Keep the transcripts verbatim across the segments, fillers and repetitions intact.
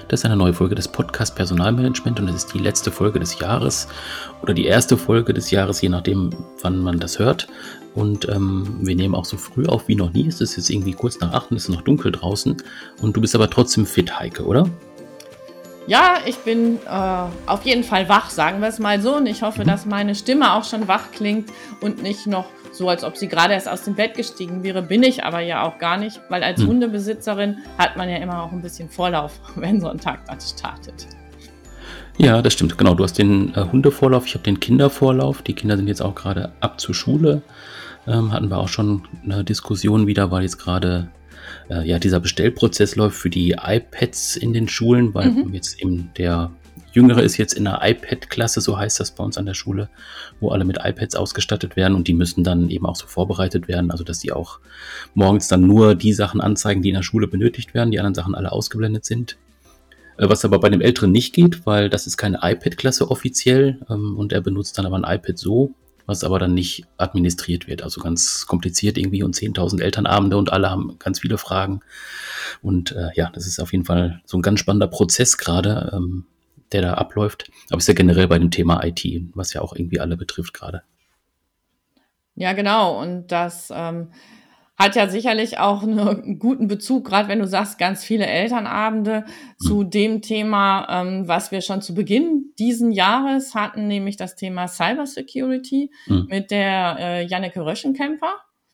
Das ist eine neue Folge des Podcast Personalmanagement und es ist die letzte Folge des Jahres oder die erste Folge des Jahres, je nachdem, wann man das hört. Und ähm, wir nehmen auch so früh auf wie noch nie. Es ist jetzt irgendwie kurz nach acht und es ist noch dunkel draußen. Und du bist aber trotzdem fit, Heike, oder? Ja, ich bin äh, auf jeden Fall wach, sagen wir es mal so. Und ich hoffe, mhm. dass meine Stimme auch schon wach klingt und nicht noch so, als ob sie gerade erst aus dem Bett gestiegen wäre. Bin ich aber ja auch gar nicht, weil als mhm. Hundebesitzerin hat man ja immer auch ein bisschen Vorlauf, wenn so ein Tag dann startet. Ja, das stimmt. Genau, du hast den äh, Hundevorlauf, ich habe den Kindervorlauf. Die Kinder sind jetzt auch gerade ab zur Schule. Ähm, hatten wir auch schon eine Diskussion wieder, weil jetzt gerade äh, ja dieser Bestellprozess läuft für die iPads in den Schulen, weil mhm. jetzt eben der Jüngere ist jetzt in der iPad-Klasse, so heißt das bei uns an der Schule, wo alle mit iPads ausgestattet werden und die müssen dann eben auch so vorbereitet werden, also dass die auch morgens dann nur die Sachen anzeigen, die in der Schule benötigt werden, die anderen Sachen alle ausgeblendet sind. Was aber bei dem Älteren nicht geht, weil das ist keine iPad-Klasse offiziell ähm, und er benutzt dann aber ein iPad so, was aber dann nicht administriert wird. Also ganz kompliziert irgendwie und zehntausend Elternabende und alle haben ganz viele Fragen. Und äh, ja, das ist auf jeden Fall so ein ganz spannender Prozess gerade, ähm, der da abläuft. Aber ist ja generell bei dem Thema I T, was ja auch irgendwie alle betrifft gerade. Ja, genau. Und das ähm, hat ja sicherlich auch einen guten Bezug, gerade wenn du sagst, ganz viele Elternabende mhm. zu dem Thema, ähm, was wir schon zu Beginn diesen Jahres hatten, nämlich das Thema Cybersecurity mhm. mit der äh, Janneke Röschenkemper.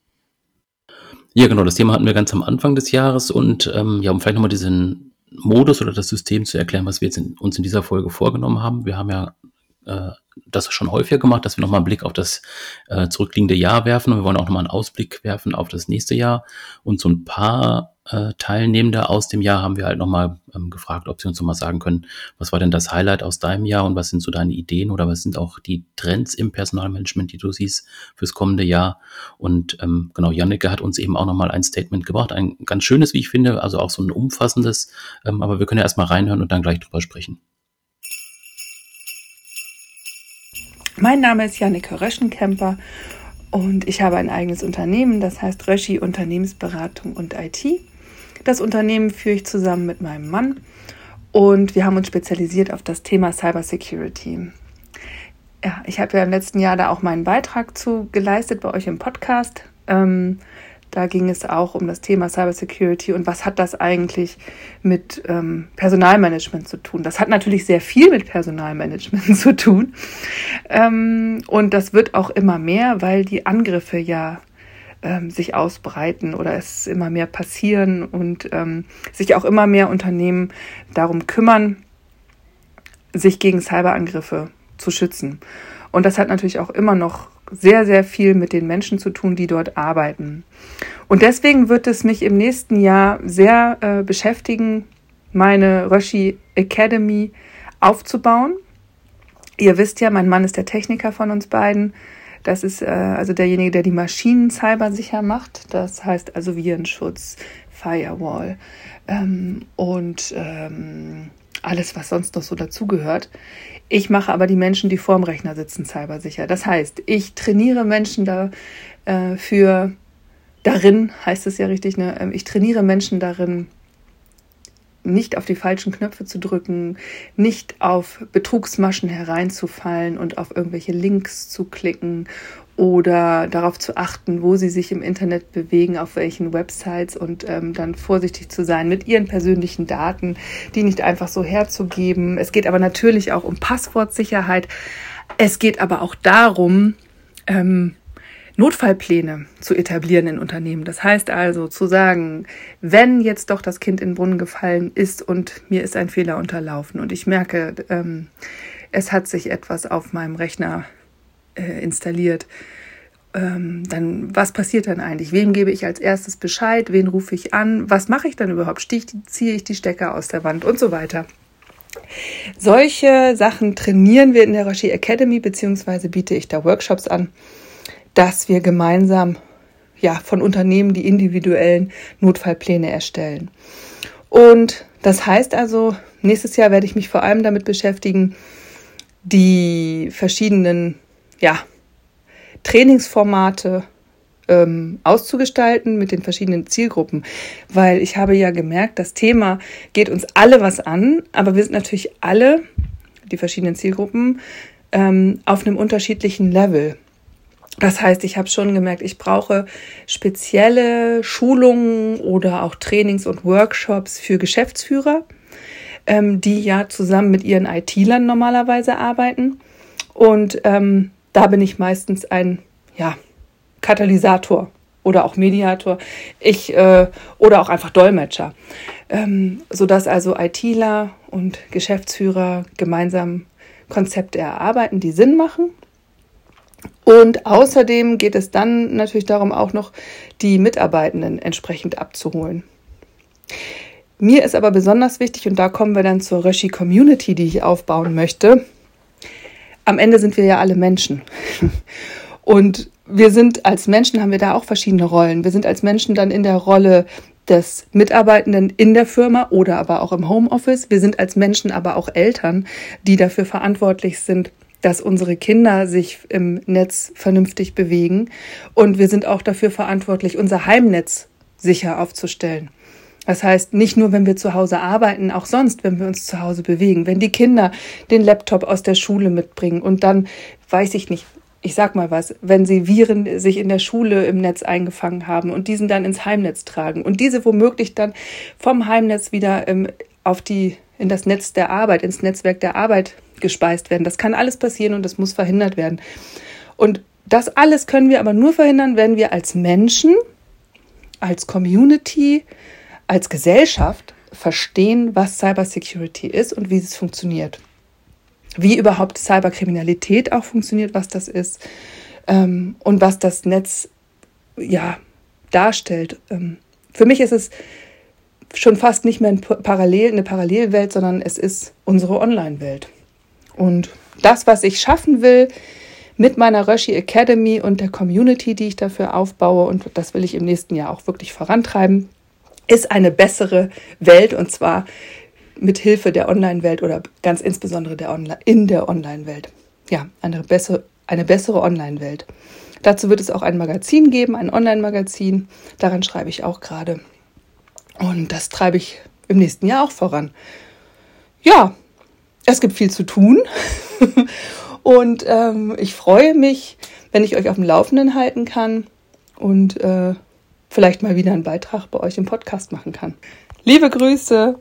Ja, genau, das Thema hatten wir ganz am Anfang des Jahres und ähm, ja, um vielleicht nochmal diesen Modus oder das System zu erklären, was wir jetzt in, uns in dieser Folge vorgenommen haben. Wir haben ja äh, das schon häufiger gemacht, dass wir nochmal einen Blick auf das äh, zurückliegende Jahr werfen und wir wollen auch nochmal einen Ausblick werfen auf das nächste Jahr und so ein paar äh, Teilnehmende aus dem Jahr haben wir halt nochmal ähm, gefragt, ob sie uns nochmal sagen können, was war denn das Highlight aus deinem Jahr und was sind so deine Ideen oder was sind auch die Trends im Personalmanagement, die du siehst fürs kommende Jahr. Und ähm, genau, Janneke hat uns eben auch nochmal ein Statement gebracht, ein ganz schönes, wie ich finde, also auch so ein umfassendes, ähm, aber wir können ja erstmal reinhören und dann gleich drüber sprechen. Mein Name ist Janneke Röschenkemper und ich habe ein eigenes Unternehmen, das heißt Röschi Unternehmensberatung und I T. Das Unternehmen führe ich zusammen mit meinem Mann und wir haben uns spezialisiert auf das Thema Cybersecurity. Ja, ich habe ja im letzten Jahr da auch meinen Beitrag zu geleistet bei euch im Podcast. Ähm, Da ging es auch um das Thema Cybersecurity und was hat das eigentlich mit ähm, Personalmanagement zu tun. Das hat natürlich sehr viel mit Personalmanagement zu tun ähm, und das wird auch immer mehr, weil die Angriffe ja ähm, sich ausbreiten oder es immer mehr passieren und ähm, sich auch immer mehr Unternehmen darum kümmern, sich gegen Cyberangriffe zu schützen. Und das hat natürlich auch immer noch sehr, sehr viel mit den Menschen zu tun, die dort arbeiten. Und deswegen wird es mich im nächsten Jahr sehr äh, beschäftigen, meine Röschi Academy aufzubauen. Ihr wisst ja, mein Mann ist der Techniker von uns beiden. Das ist äh, also derjenige, der die Maschinen cybersicher macht. Das heißt also Virenschutz, Firewall ähm, und ähm, alles, was sonst noch so dazugehört. Ich mache aber die Menschen, die vorm Rechner sitzen, cybersicher. Das heißt, ich trainiere Menschen da äh, für darin, heißt es ja richtig, ne? Ich trainiere Menschen darin, nicht auf die falschen Knöpfe zu drücken, nicht auf Betrugsmaschen hereinzufallen und auf irgendwelche Links zu klicken oder darauf zu achten, wo sie sich im Internet bewegen, auf welchen Websites und ähm, dann vorsichtig zu sein mit ihren persönlichen Daten, die nicht einfach so herzugeben. Es geht aber natürlich auch um Passwortsicherheit. Es geht aber auch darum, ähm, Notfallpläne zu etablieren in Unternehmen. Das heißt also zu sagen, wenn jetzt doch das Kind in den Brunnen gefallen ist und mir ist ein Fehler unterlaufen und ich merke, ähm, es hat sich etwas auf meinem Rechner äh, installiert, ähm, dann was passiert dann eigentlich? Wem gebe ich als erstes Bescheid? Wen rufe ich an? Was mache ich dann überhaupt? Stich, ziehe ich die Stecker aus der Wand und so weiter? Solche Sachen trainieren wir in der Röschi Academy, beziehungsweise biete ich da Workshops an, dass wir gemeinsam ja, von Unternehmen die individuellen Notfallpläne erstellen. Und das heißt also, nächstes Jahr werde ich mich vor allem damit beschäftigen, die verschiedenen ja, Trainingsformate ähm, auszugestalten mit den verschiedenen Zielgruppen. Weil ich habe ja gemerkt, das Thema geht uns alle was an, aber wir sind natürlich alle, die verschiedenen Zielgruppen, ähm, auf einem unterschiedlichen Level. Das heißt, ich habe schon gemerkt, ich brauche spezielle Schulungen oder auch Trainings und Workshops für Geschäftsführer, ähm, die ja zusammen mit ihren I T-Lern normalerweise arbeiten. Und ähm, da bin ich meistens ein ja, Katalysator oder auch Mediator, ich äh, oder auch einfach Dolmetscher, ähm, sodass also ITler und Geschäftsführer gemeinsam Konzepte erarbeiten, die Sinn machen. Und außerdem geht es dann natürlich darum, auch noch die Mitarbeitenden entsprechend abzuholen. Mir ist aber besonders wichtig, und da kommen wir dann zur Röschi Community, die ich aufbauen möchte. Am Ende sind wir ja alle Menschen. Und wir sind als Menschen, haben wir da auch verschiedene Rollen. Wir sind als Menschen dann in der Rolle des Mitarbeitenden in der Firma oder aber auch im Homeoffice. Wir sind als Menschen aber auch Eltern, die dafür verantwortlich sind, dass unsere Kinder sich im Netz vernünftig bewegen. Und wir sind auch dafür verantwortlich, unser Heimnetz sicher aufzustellen. Das heißt, nicht nur, wenn wir zu Hause arbeiten, auch sonst, wenn wir uns zu Hause bewegen. Wenn die Kinder den Laptop aus der Schule mitbringen und dann, weiß ich nicht, ich sag mal was, wenn sie Viren sich in der Schule im Netz eingefangen haben und diesen dann ins Heimnetz tragen und diese womöglich dann vom Heimnetz wieder ähm, auf die, in das Netz der Arbeit, ins Netzwerk der Arbeit gespeist werden. Das kann alles passieren und das muss verhindert werden. Und das alles können wir aber nur verhindern, wenn wir als Menschen, als Community, als Gesellschaft verstehen, was Cybersecurity ist und wie es funktioniert. Wie überhaupt Cyberkriminalität auch funktioniert, was das ist ähm, und was das Netz ja darstellt. Ähm, für mich ist es schon fast nicht mehr ein Parallel, eine Parallelwelt, sondern es ist unsere Online-Welt. Und das, was ich schaffen will mit meiner Röschi Academy und der Community, die ich dafür aufbaue, und das will ich im nächsten Jahr auch wirklich vorantreiben, ist eine bessere Welt, und zwar mit Hilfe der Online-Welt oder ganz insbesondere der Online- in der Online-Welt. Ja, eine bessere, eine bessere Online-Welt. Dazu wird es auch ein Magazin geben, ein Online-Magazin. Daran schreibe ich auch gerade. Und das treibe ich im nächsten Jahr auch voran. Ja, es gibt viel zu tun. Und ähm, ich freue mich, wenn ich euch auf dem Laufenden halten kann und äh, vielleicht mal wieder einen Beitrag bei euch im Podcast machen kann. Liebe Grüße!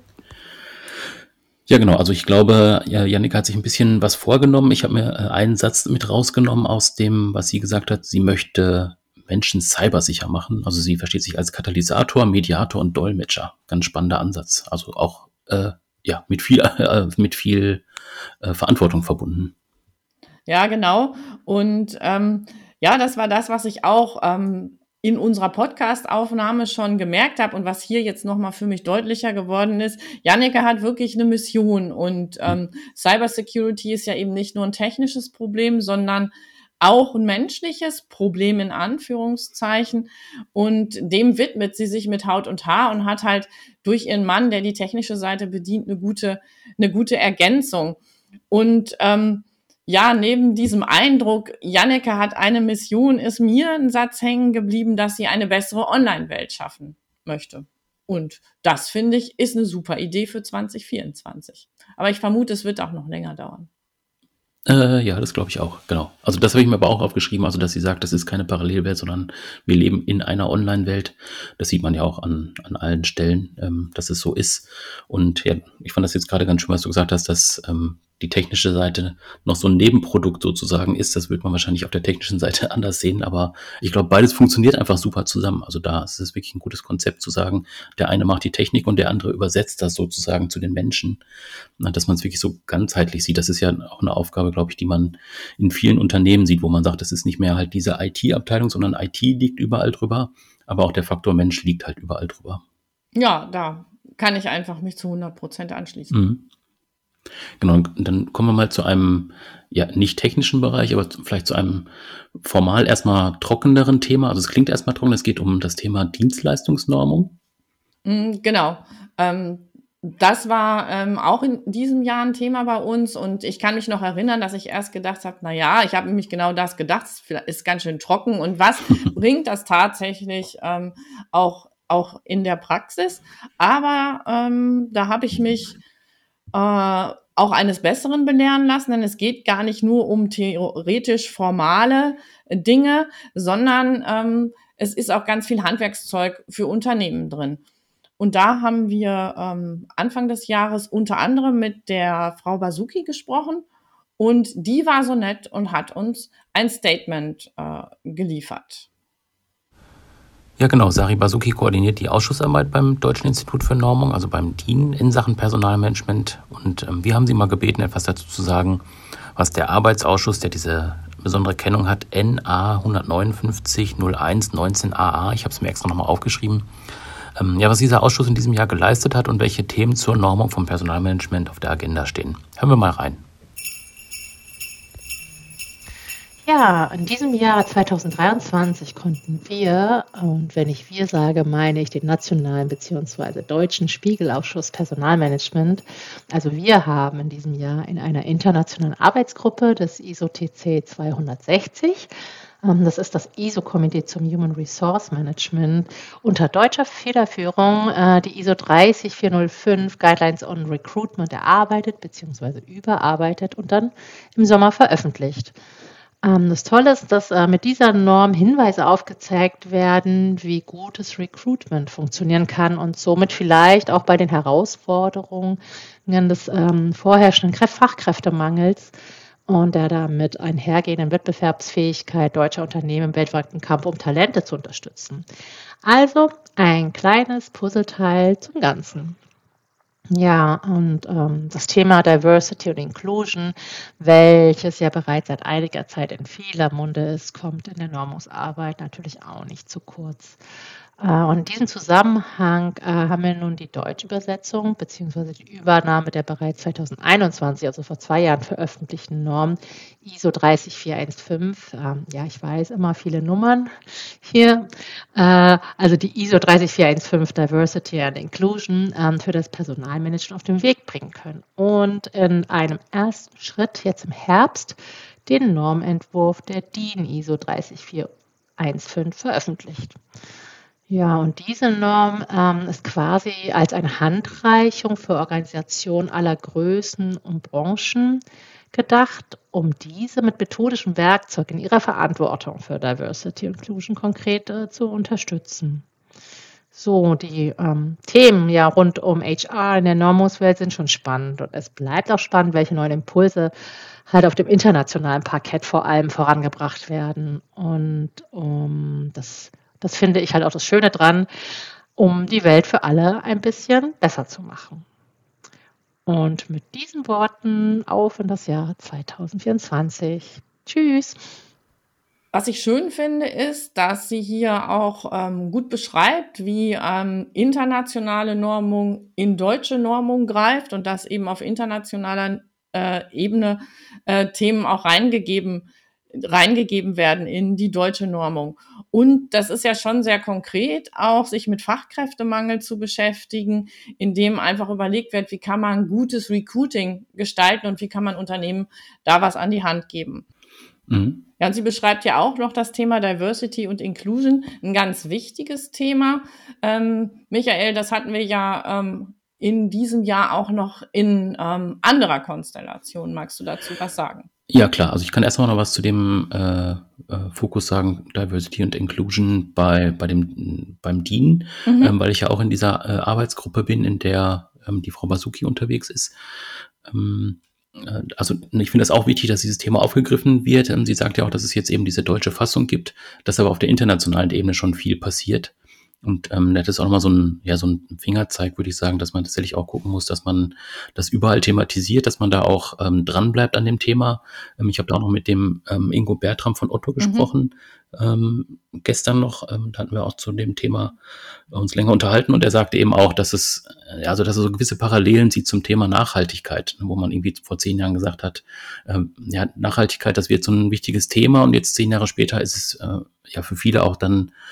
Ja, genau. Also ich glaube, ja, Jannika hat sich ein bisschen was vorgenommen. Ich habe mir äh, einen Satz mit rausgenommen aus dem, was sie gesagt hat. Sie möchte Menschen cybersicher machen. Also sie versteht sich als Katalysator, Mediator und Dolmetscher. Ganz spannender Ansatz. Also auch äh, ja mit viel äh, mit viel äh, Verantwortung verbunden. Ja, genau. Und ähm, ja, das war das, was ich auch ähm, in unserer Podcast-Aufnahme schon gemerkt habe und was hier jetzt nochmal für mich deutlicher geworden ist. Jannika hat wirklich eine Mission und ähm, Cybersecurity ist ja eben nicht nur ein technisches Problem, sondern auch ein menschliches Problem in Anführungszeichen, und dem widmet sie sich mit Haut und Haar und hat halt durch ihren Mann, der die technische Seite bedient, eine gute, eine gute Ergänzung. Und ähm, ja, neben diesem Eindruck, Jannika hat eine Mission, ist mir ein Satz hängen geblieben, dass sie eine bessere Online-Welt schaffen möchte. Und das, finde ich, ist eine super Idee für zwanzig vierundzwanzig. Aber ich vermute, es wird auch noch länger dauern. Äh, ja, das glaube ich auch, genau. Also das habe ich mir aber auch aufgeschrieben, also dass sie sagt, das ist keine Parallelwelt, sondern wir leben in einer Online-Welt. Das sieht man ja auch an, an allen Stellen, ähm, dass es so ist. Und ja, ich fand das jetzt gerade ganz schön, was du gesagt hast, dass ähm, die technische Seite noch so ein Nebenprodukt sozusagen ist. Das wird man wahrscheinlich auf der technischen Seite anders sehen, aber ich glaube, beides funktioniert einfach super zusammen. Also da ist es wirklich ein gutes Konzept zu sagen, der eine macht die Technik und der andere übersetzt das sozusagen zu den Menschen. Dass man es wirklich so ganzheitlich sieht, das ist ja auch eine Aufgabe, glaube ich, die man in vielen Unternehmen sieht, wo man sagt, das ist nicht mehr halt diese I T-Abteilung, sondern I T liegt überall drüber, aber auch der Faktor Mensch liegt halt überall drüber. Ja, da kann ich einfach mich zu hundert Prozent anschließen. Mhm. Genau, und dann kommen wir mal zu einem, ja, nicht technischen Bereich, aber vielleicht zu einem formal erstmal trockeneren Thema. Also es klingt erstmal trocken, es geht um das Thema Dienstleistungsnormung. Genau. Ähm, das war ähm, auch in diesem Jahr ein Thema bei uns und ich kann mich noch erinnern, dass ich erst gedacht habe, na ja, ich habe nämlich genau das gedacht, es ist ganz schön trocken und was bringt das tatsächlich ähm, auch, auch in der Praxis? Aber ähm, da habe ich mich äh, auch eines Besseren belehren lassen, denn es geht gar nicht nur um theoretisch formale Dinge, sondern ähm, es ist auch ganz viel Handwerkszeug für Unternehmen drin. Und da haben wir ähm, Anfang des Jahres unter anderem mit der Frau Basuki gesprochen und die war so nett und hat uns ein Statement äh, geliefert. Ja, genau. Sari Basuki koordiniert die Ausschussarbeit beim Deutschen Institut für Normung, also beim D I N in Sachen Personalmanagement. Und ähm, wir haben sie mal gebeten, etwas dazu zu sagen, was der Arbeitsausschuss, der diese besondere Kennung hat, N A eins fünf null eins neunzehn A A, ich habe es mir extra nochmal aufgeschrieben, ähm, ja, was dieser Ausschuss in diesem Jahr geleistet hat und welche Themen zur Normung vom Personalmanagement auf der Agenda stehen. Hören wir mal rein. Ja, in diesem Jahr zweitausenddreiundzwanzig konnten wir, und wenn ich wir sage, meine ich den nationalen bzw. deutschen Spiegelausschuss Personalmanagement, also wir haben in diesem Jahr in einer internationalen Arbeitsgruppe des I S O T C zweihundertsechzig, das ist das I S O-Komitee zum Human Resource Management, unter deutscher Federführung äh, die I S O drei vier null fünf Guidelines on Recruitment erarbeitet bzw. überarbeitet und dann im Sommer veröffentlicht. Ähm, das Tolle ist, dass äh, mit dieser Norm Hinweise aufgezeigt werden, wie gutes Recruitment funktionieren kann und somit vielleicht auch bei den Herausforderungen des ähm, vorherrschenden Kräf- Fachkräftemangels und der damit einhergehenden Wettbewerbsfähigkeit deutscher Unternehmen im weltweiten Kampf um Talente zu unterstützen. Also ein kleines Puzzleteil zum Ganzen. Ja, und ähm, das Thema Diversity und Inclusion, welches ja bereits seit einiger Zeit in vieler Munde ist, kommt in der Normungsarbeit natürlich auch nicht zu kurz. Äh, und in diesem Zusammenhang äh, haben wir nun die deutsche Übersetzung bzw. die Übernahme der bereits zweitausendeinundzwanzig, also vor zwei Jahren veröffentlichten Norm I S O drei vier eins fünf. Ähm, ja, ich weiß, immer viele Nummern hier. Äh, also die I S O drei vier eins fünf Diversity and Inclusion ähm, für das Personalmanagement auf den Weg bringen können. Und in einem ersten Schritt jetzt im Herbst den Normentwurf der D I N I S O drei vier eins fünf veröffentlicht. Ja, und diese Norm ähm, ist quasi als eine Handreichung für Organisationen aller Größen und Branchen gedacht, um diese mit methodischem Werkzeug in ihrer Verantwortung für Diversity und Inclusion konkret äh, zu unterstützen. So, die ähm, Themen ja rund um H R in der Normungswelt sind schon spannend und es bleibt auch spannend, welche neuen Impulse halt auf dem internationalen Parkett vor allem vorangebracht werden. Und um das Das finde ich halt auch das Schöne dran, um die Welt für alle ein bisschen besser zu machen. Und mit diesen Worten auf in das Jahr zweitausendvierundzwanzig. Tschüss. Was ich schön finde, ist, dass sie hier auch ähm, gut beschreibt, wie ähm, internationale Normung in deutsche Normung greift und dass eben auf internationaler äh, Ebene äh, Themen auch reingegeben reingegeben werden in die deutsche Normung. Und das ist ja schon sehr konkret, auch sich mit Fachkräftemangel zu beschäftigen, indem einfach überlegt wird, wie kann man gutes Recruiting gestalten und wie kann man Unternehmen da was an die Hand geben. Mhm. Ja, und sie beschreibt ja auch noch das Thema Diversity und Inclusion, ein ganz wichtiges Thema. Ähm, Michael, das hatten wir ja ähm, in diesem Jahr auch noch in ähm, anderer Konstellation. Magst du dazu was sagen? Ja, klar. Also ich kann erstmal noch was zu dem äh, äh, Fokus sagen, Diversity und Inclusion bei, bei dem, beim D I N, mhm. ähm, weil ich ja auch in dieser äh, Arbeitsgruppe bin, in der ähm, die Frau Basuki unterwegs ist. Ähm, äh, also ich finde es auch wichtig, dass dieses Thema aufgegriffen wird. Ähm, sie sagt ja auch, dass es jetzt eben diese deutsche Fassung gibt, dass aber auf der internationalen Ebene schon viel passiert. Und ähm, das ist auch nochmal so ein, ja, so ein Fingerzeig, würde ich sagen, dass man tatsächlich auch gucken muss, dass man das überall thematisiert, dass man da auch ähm, dran bleibt an dem Thema. Ähm, ich habe da auch noch mit dem ähm, Ingo Bertram von Otto gesprochen, mhm. ähm, gestern noch. Ähm, da hatten wir auch zu dem Thema uns länger unterhalten und er sagte eben auch, dass es, äh, also dass er so gewisse Parallelen sieht zum Thema Nachhaltigkeit, wo man irgendwie vor zehn Jahren gesagt hat, ähm, ja, Nachhaltigkeit, das wird so ein wichtiges Thema und jetzt zehn Jahre später ist es äh, ja für viele auch dann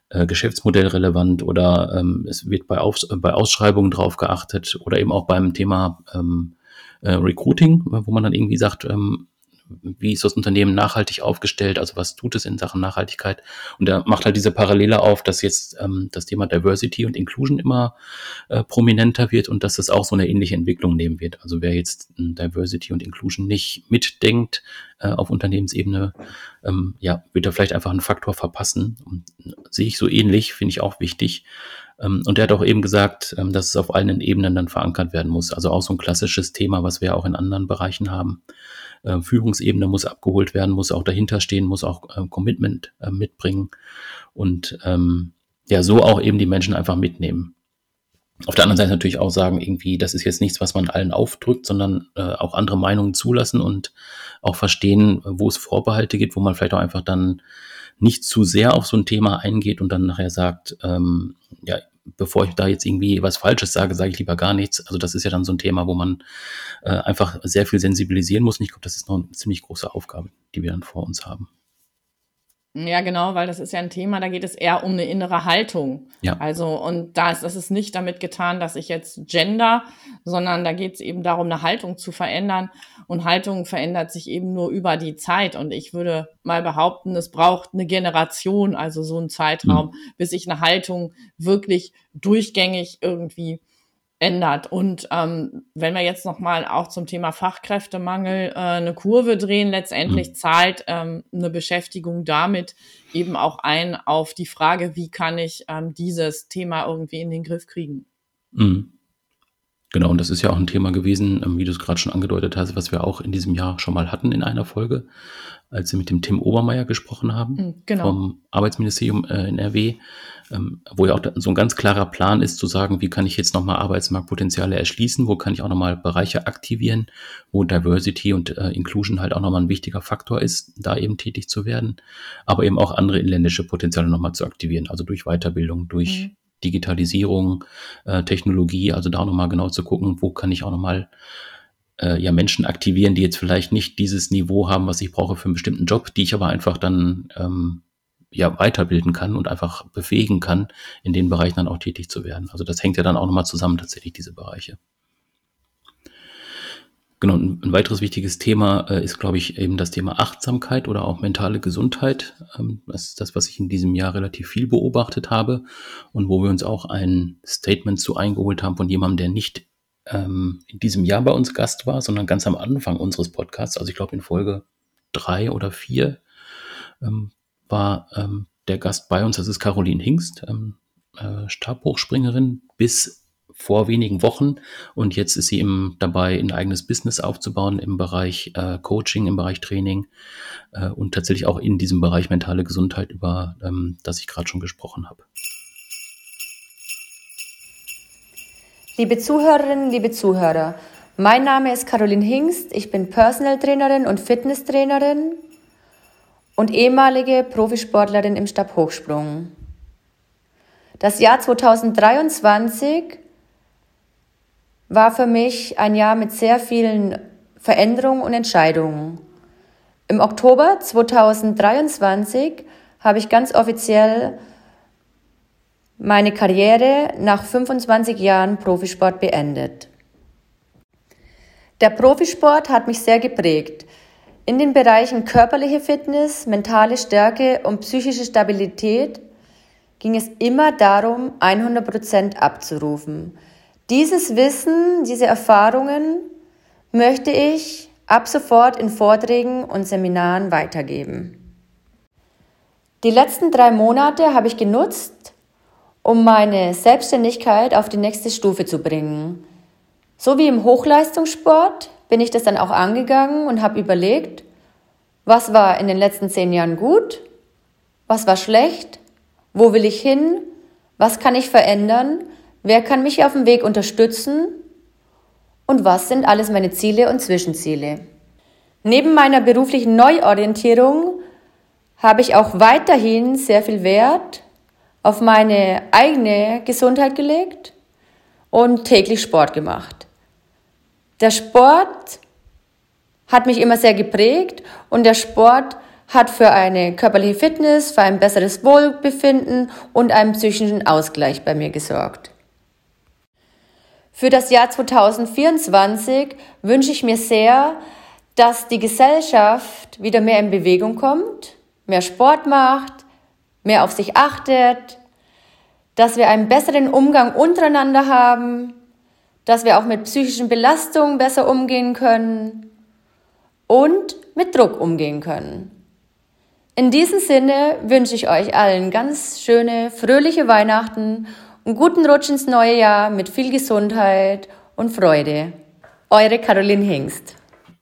äh, Geschäftsmodell relevant oder ähm, es wird bei, Auf, bei Ausschreibungen drauf geachtet oder eben auch beim Thema ähm, äh, Recruiting, wo man dann irgendwie sagt, ähm, wie ist das Unternehmen nachhaltig aufgestellt, also was tut es in Sachen Nachhaltigkeit? Und da macht halt diese Parallele auf, dass jetzt ähm, das Thema Diversity und Inclusion immer äh, prominenter wird und dass das auch so eine ähnliche Entwicklung nehmen wird. Also wer jetzt äh, Diversity und Inclusion nicht mitdenkt äh, auf Unternehmensebene, ähm, ja, wird da vielleicht einfach einen Faktor verpassen. Und äh, sehe ich so ähnlich, finde ich auch wichtig. Ähm, und er hat auch eben gesagt, ähm, dass es auf allen Ebenen dann verankert werden muss. Also auch so ein klassisches Thema, was wir auch in anderen Bereichen haben. Äh, Führungsebene muss abgeholt werden, muss auch dahinter stehen, muss auch äh, Commitment äh, mitbringen und ähm, ja, so auch eben die Menschen einfach mitnehmen. Auf der anderen Seite natürlich auch sagen, irgendwie, das ist jetzt nichts, was man allen aufdrückt, sondern äh, auch andere Meinungen zulassen und auch verstehen, wo es Vorbehalte gibt, wo man vielleicht auch einfach dann nicht zu sehr auf so ein Thema eingeht und dann nachher sagt, ähm, ja, bevor ich da jetzt irgendwie was Falsches sage, sage ich lieber gar nichts. Also das ist ja dann so ein Thema, wo man äh, einfach sehr viel sensibilisieren muss. Und ich glaube, das ist noch eine ziemlich große Aufgabe, die wir dann vor uns haben. Ja, genau, weil das ist ja ein Thema, da geht es eher um eine innere Haltung. Ja. Also, und da ist, das ist nicht damit getan, dass ich jetzt gender, sondern da geht es eben darum, eine Haltung zu verändern. Und Haltung verändert sich eben nur über die Zeit. Und ich würde mal behaupten, es braucht eine Generation, also so einen Zeitraum, mhm. bis sich eine Haltung wirklich durchgängig irgendwie ändert. Und ähm, wenn wir jetzt nochmal auch zum Thema Fachkräftemangel äh, eine Kurve drehen, letztendlich mhm. zahlt ähm, eine Beschäftigung damit eben auch ein auf die Frage, wie kann ich ähm, dieses Thema irgendwie in den Griff kriegen. Mhm. Genau, und das ist ja auch ein Thema gewesen, ähm, wie du es gerade schon angedeutet hast, was wir auch in diesem Jahr schon mal hatten in einer Folge, als wir mit dem Tim Obermeier gesprochen haben, genau. vom Arbeitsministerium äh, in R W, ähm, wo ja auch so ein ganz klarer Plan ist, zu sagen, wie kann ich jetzt nochmal Arbeitsmarktpotenziale erschließen, wo kann ich auch nochmal Bereiche aktivieren, wo Diversity und äh, Inclusion halt auch nochmal ein wichtiger Faktor ist, da eben tätig zu werden, aber eben auch andere inländische Potenziale nochmal zu aktivieren, also durch Weiterbildung, durch mhm. Digitalisierung, äh, Technologie, also da auch nochmal genau zu gucken, wo kann ich auch nochmal äh, ja, Menschen aktivieren, die jetzt vielleicht nicht dieses Niveau haben, was ich brauche für einen bestimmten Job, die ich aber einfach dann ähm, ja weiterbilden kann und einfach befähigen kann, in den Bereichen dann auch tätig zu werden. Also das hängt ja dann auch nochmal zusammen, tatsächlich, diese Bereiche. Genau, ein weiteres wichtiges Thema äh, ist, glaube ich, eben das Thema Achtsamkeit oder auch mentale Gesundheit. Ähm, das ist das, was ich in diesem Jahr relativ viel beobachtet habe und wo wir uns auch ein Statement zu eingeholt haben von jemandem, der nicht ähm, in diesem Jahr bei uns Gast war, sondern ganz am Anfang unseres Podcasts, also ich glaube in Folge drei oder vier, ähm, war ähm, der Gast bei uns, das ist Caroline Hingst, ähm, äh, Stabhochspringerin bis vor wenigen Wochen und jetzt ist sie im, dabei, ein eigenes Business aufzubauen im Bereich äh, Coaching, im Bereich Training äh, und tatsächlich auch in diesem Bereich mentale Gesundheit, über ähm, das ich gerade schon gesprochen habe. Liebe Zuhörerinnen, liebe Zuhörer, mein Name ist Caroline Hingst, ich bin Personal Trainerin und Fitnesstrainerin und ehemalige Profisportlerin im Stabhochsprung. Das Jahr zweitausenddreiundzwanzig war für mich ein Jahr mit sehr vielen Veränderungen und Entscheidungen. Im Oktober zweitausenddreiundzwanzig habe ich ganz offiziell meine Karriere nach fünfundzwanzig Jahren Profisport beendet. Der Profisport hat mich sehr geprägt. In den Bereichen körperliche Fitness, mentale Stärke und psychische Stabilität ging es immer darum, hundert Prozent abzurufen. Dieses Wissen, diese Erfahrungen möchte ich ab sofort in Vorträgen und Seminaren weitergeben. Die letzten drei Monate habe ich genutzt, um meine Selbstständigkeit auf die nächste Stufe zu bringen. So wie im Hochleistungssport bin ich das dann auch angegangen und habe überlegt, was war in den letzten zehn Jahren gut, was war schlecht, wo will ich hin, was kann ich verändern, wer kann mich auf dem Weg unterstützen und was sind alles meine Ziele und Zwischenziele. Neben meiner beruflichen Neuorientierung habe ich auch weiterhin sehr viel Wert auf meine eigene Gesundheit gelegt und täglich Sport gemacht. Der Sport hat mich immer sehr geprägt und der Sport hat für eine körperliche Fitness, für ein besseres Wohlbefinden und einen psychischen Ausgleich bei mir gesorgt. Für das Jahr zwanzig vierundzwanzig wünsche ich mir sehr, dass die Gesellschaft wieder mehr in Bewegung kommt, mehr Sport macht, mehr auf sich achtet, dass wir einen besseren Umgang untereinander haben, dass wir auch mit psychischen Belastungen besser umgehen können und mit Druck umgehen können. In diesem Sinne wünsche ich euch allen ganz schöne, fröhliche Weihnachten und guten Rutsch ins neue Jahr mit viel Gesundheit und Freude. Eure Caroline Hingst.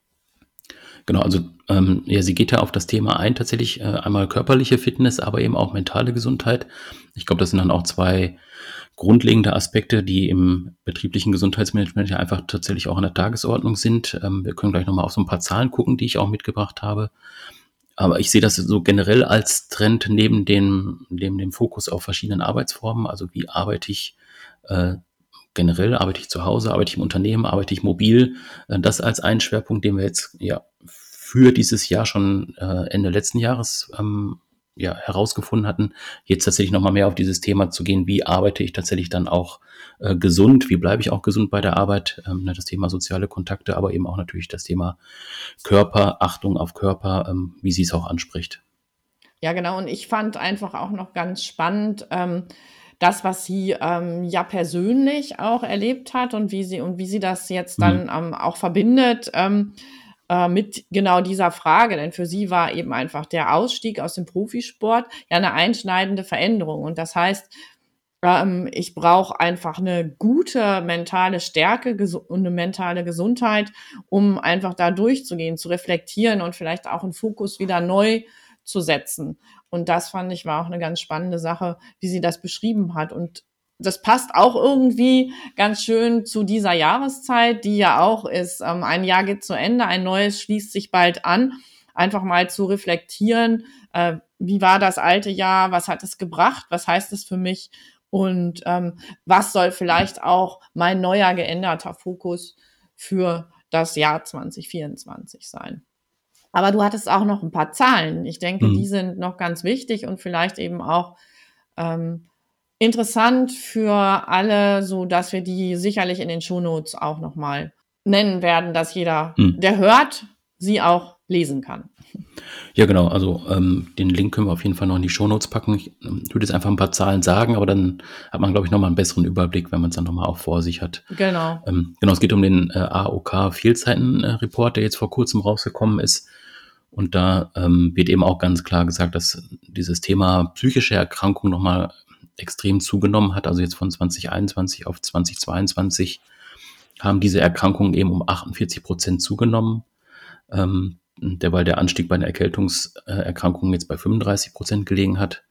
Genau, also ähm, ja, sie geht ja auf das Thema ein, tatsächlich äh, einmal körperliche Fitness, aber eben auch mentale Gesundheit. Ich glaube, das sind dann auch zwei grundlegende Aspekte, die im betrieblichen Gesundheitsmanagement ja einfach tatsächlich auch an der Tagesordnung sind. Ähm, wir können gleich nochmal auf so ein paar Zahlen gucken, die ich auch mitgebracht habe. Aber ich sehe das so generell als Trend neben dem, neben dem Fokus auf verschiedenen Arbeitsformen. Also wie arbeite ich äh, generell, arbeite ich zu Hause, arbeite ich im Unternehmen, arbeite ich mobil. Äh, das als einen Schwerpunkt, den wir jetzt ja für dieses Jahr schon äh, Ende letzten Jahres ähm, ja, herausgefunden hatten, jetzt tatsächlich nochmal mehr auf dieses Thema zu gehen, wie arbeite ich tatsächlich dann auch äh, gesund, wie bleibe ich auch gesund bei der Arbeit, ähm, das Thema soziale Kontakte, aber eben auch natürlich das Thema Körper, Achtung auf Körper, ähm, wie sie es auch anspricht. Ja, genau. Und ich fand einfach auch noch ganz spannend, ähm, das, was sie ähm, ja persönlich auch erlebt hat und wie sie und wie sie das jetzt dann mhm. ähm, auch verbindet ähm, äh, mit genau dieser Frage. Denn für sie war eben einfach der Ausstieg aus dem Profisport ja eine einschneidende Veränderung. Und das heißt, ähm, ich brauche einfach eine gute mentale Stärke gesu- und eine mentale Gesundheit, um einfach da durchzugehen, zu reflektieren und vielleicht auch einen Fokus wieder neu zu setzen. Und das fand ich war auch eine ganz spannende Sache, wie sie das beschrieben hat. Und das passt auch irgendwie ganz schön zu dieser Jahreszeit, die ja auch ist, ähm, ein Jahr geht zu Ende, ein neues schließt sich bald an. Einfach mal zu reflektieren, äh, wie war das alte Jahr, was hat es gebracht, was heißt es für mich und ähm, was soll vielleicht auch mein neuer geänderter Fokus für das Jahr zwanzig vierundzwanzig sein. Aber du hattest auch noch ein paar Zahlen. Ich denke, mhm. die sind noch ganz wichtig und vielleicht eben auch ähm, interessant für alle, so dass wir die sicherlich in den Shownotes auch nochmal nennen werden, dass jeder, mhm. der hört, sie auch lesen kann. Ja, genau. Also ähm, den Link können wir auf jeden Fall noch in die Shownotes packen. Ich ähm, würde jetzt einfach ein paar Zahlen sagen, aber dann hat man, glaube ich, nochmal einen besseren Überblick, wenn man es dann nochmal auch vor sich hat. Genau. Ähm, genau, es geht um den äh, A O K-Fehlzeiten-Report, der jetzt vor kurzem rausgekommen ist. Und da ähm, wird eben auch ganz klar gesagt, dass dieses Thema psychische Erkrankung nochmal extrem zugenommen hat. Also jetzt von zwanzig einundzwanzig auf zwanzig zweiundzwanzig haben diese Erkrankungen eben um achtundvierzig Prozent zugenommen. Ähm, derweil der Anstieg bei den Erkältungserkrankungen jetzt bei fünfunddreißig Prozent gelegen hat.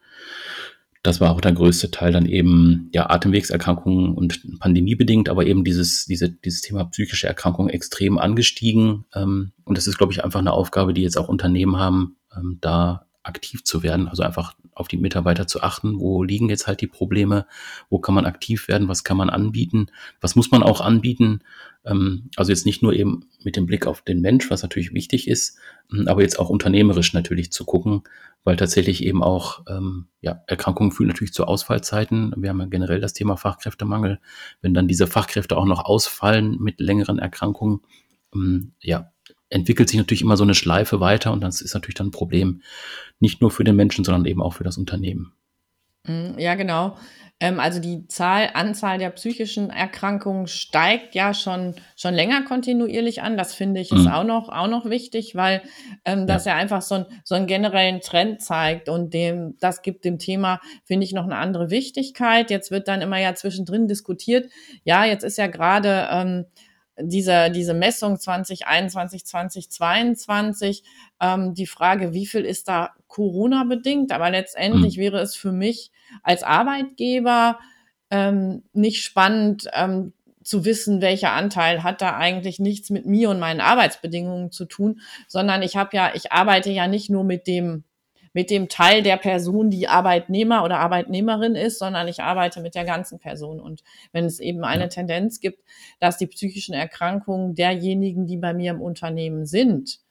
Das war auch der größte Teil dann eben ja Atemwegserkrankungen und pandemiebedingt, aber eben dieses diese dieses Thema psychische Erkrankungen extrem angestiegen. Ähm, und das ist, glaube ich, einfach eine Aufgabe, die jetzt auch Unternehmen haben, ähm, da aktiv zu werden, also einfach auf die Mitarbeiter zu achten, wo liegen jetzt halt die Probleme, wo kann man aktiv werden, was kann man anbieten, was muss man auch anbieten, ähm, also jetzt nicht nur eben mit dem Blick auf den Mensch, was natürlich wichtig ist, aber jetzt auch unternehmerisch natürlich zu gucken, weil tatsächlich eben auch ähm, ja, Erkrankungen führen natürlich zu Ausfallzeiten. Wir haben ja generell das Thema Fachkräftemangel. Wenn dann diese Fachkräfte auch noch ausfallen mit längeren Erkrankungen, ähm, ja, entwickelt sich natürlich immer so eine Schleife weiter und das ist natürlich dann ein Problem, nicht nur für den Menschen, sondern eben auch für das Unternehmen. Ja, genau. Ähm, also die Zahl, Anzahl der psychischen Erkrankungen steigt ja schon, schon länger kontinuierlich an. Das finde ich ist Mhm. auch noch, auch noch wichtig, weil ähm, das ja. einfach so, ein, so einen generellen Trend zeigt und dem, das gibt dem Thema, finde ich, noch eine andere Wichtigkeit. Jetzt wird dann immer ja zwischendrin diskutiert. Ja, jetzt ist ja gerade ähm, diese, diese Messung zwanzig einundzwanzig, zwanzig zweiundzwanzig, ähm, die Frage, wie viel ist da Corona-bedingt? Aber letztendlich Mhm. wäre es für mich als Arbeitgeber ähm, nicht spannend ähm, zu wissen, welcher Anteil hat da eigentlich nichts mit mir und meinen Arbeitsbedingungen zu tun, sondern ich habe ja, ich arbeite ja nicht nur mit dem mit dem Teil der Person, die Arbeitnehmer oder Arbeitnehmerin ist, sondern ich arbeite mit der ganzen Person. Und wenn es eben eine Ja. Tendenz gibt, dass die psychischen Erkrankungen derjenigen, die bei mir im Unternehmen sind,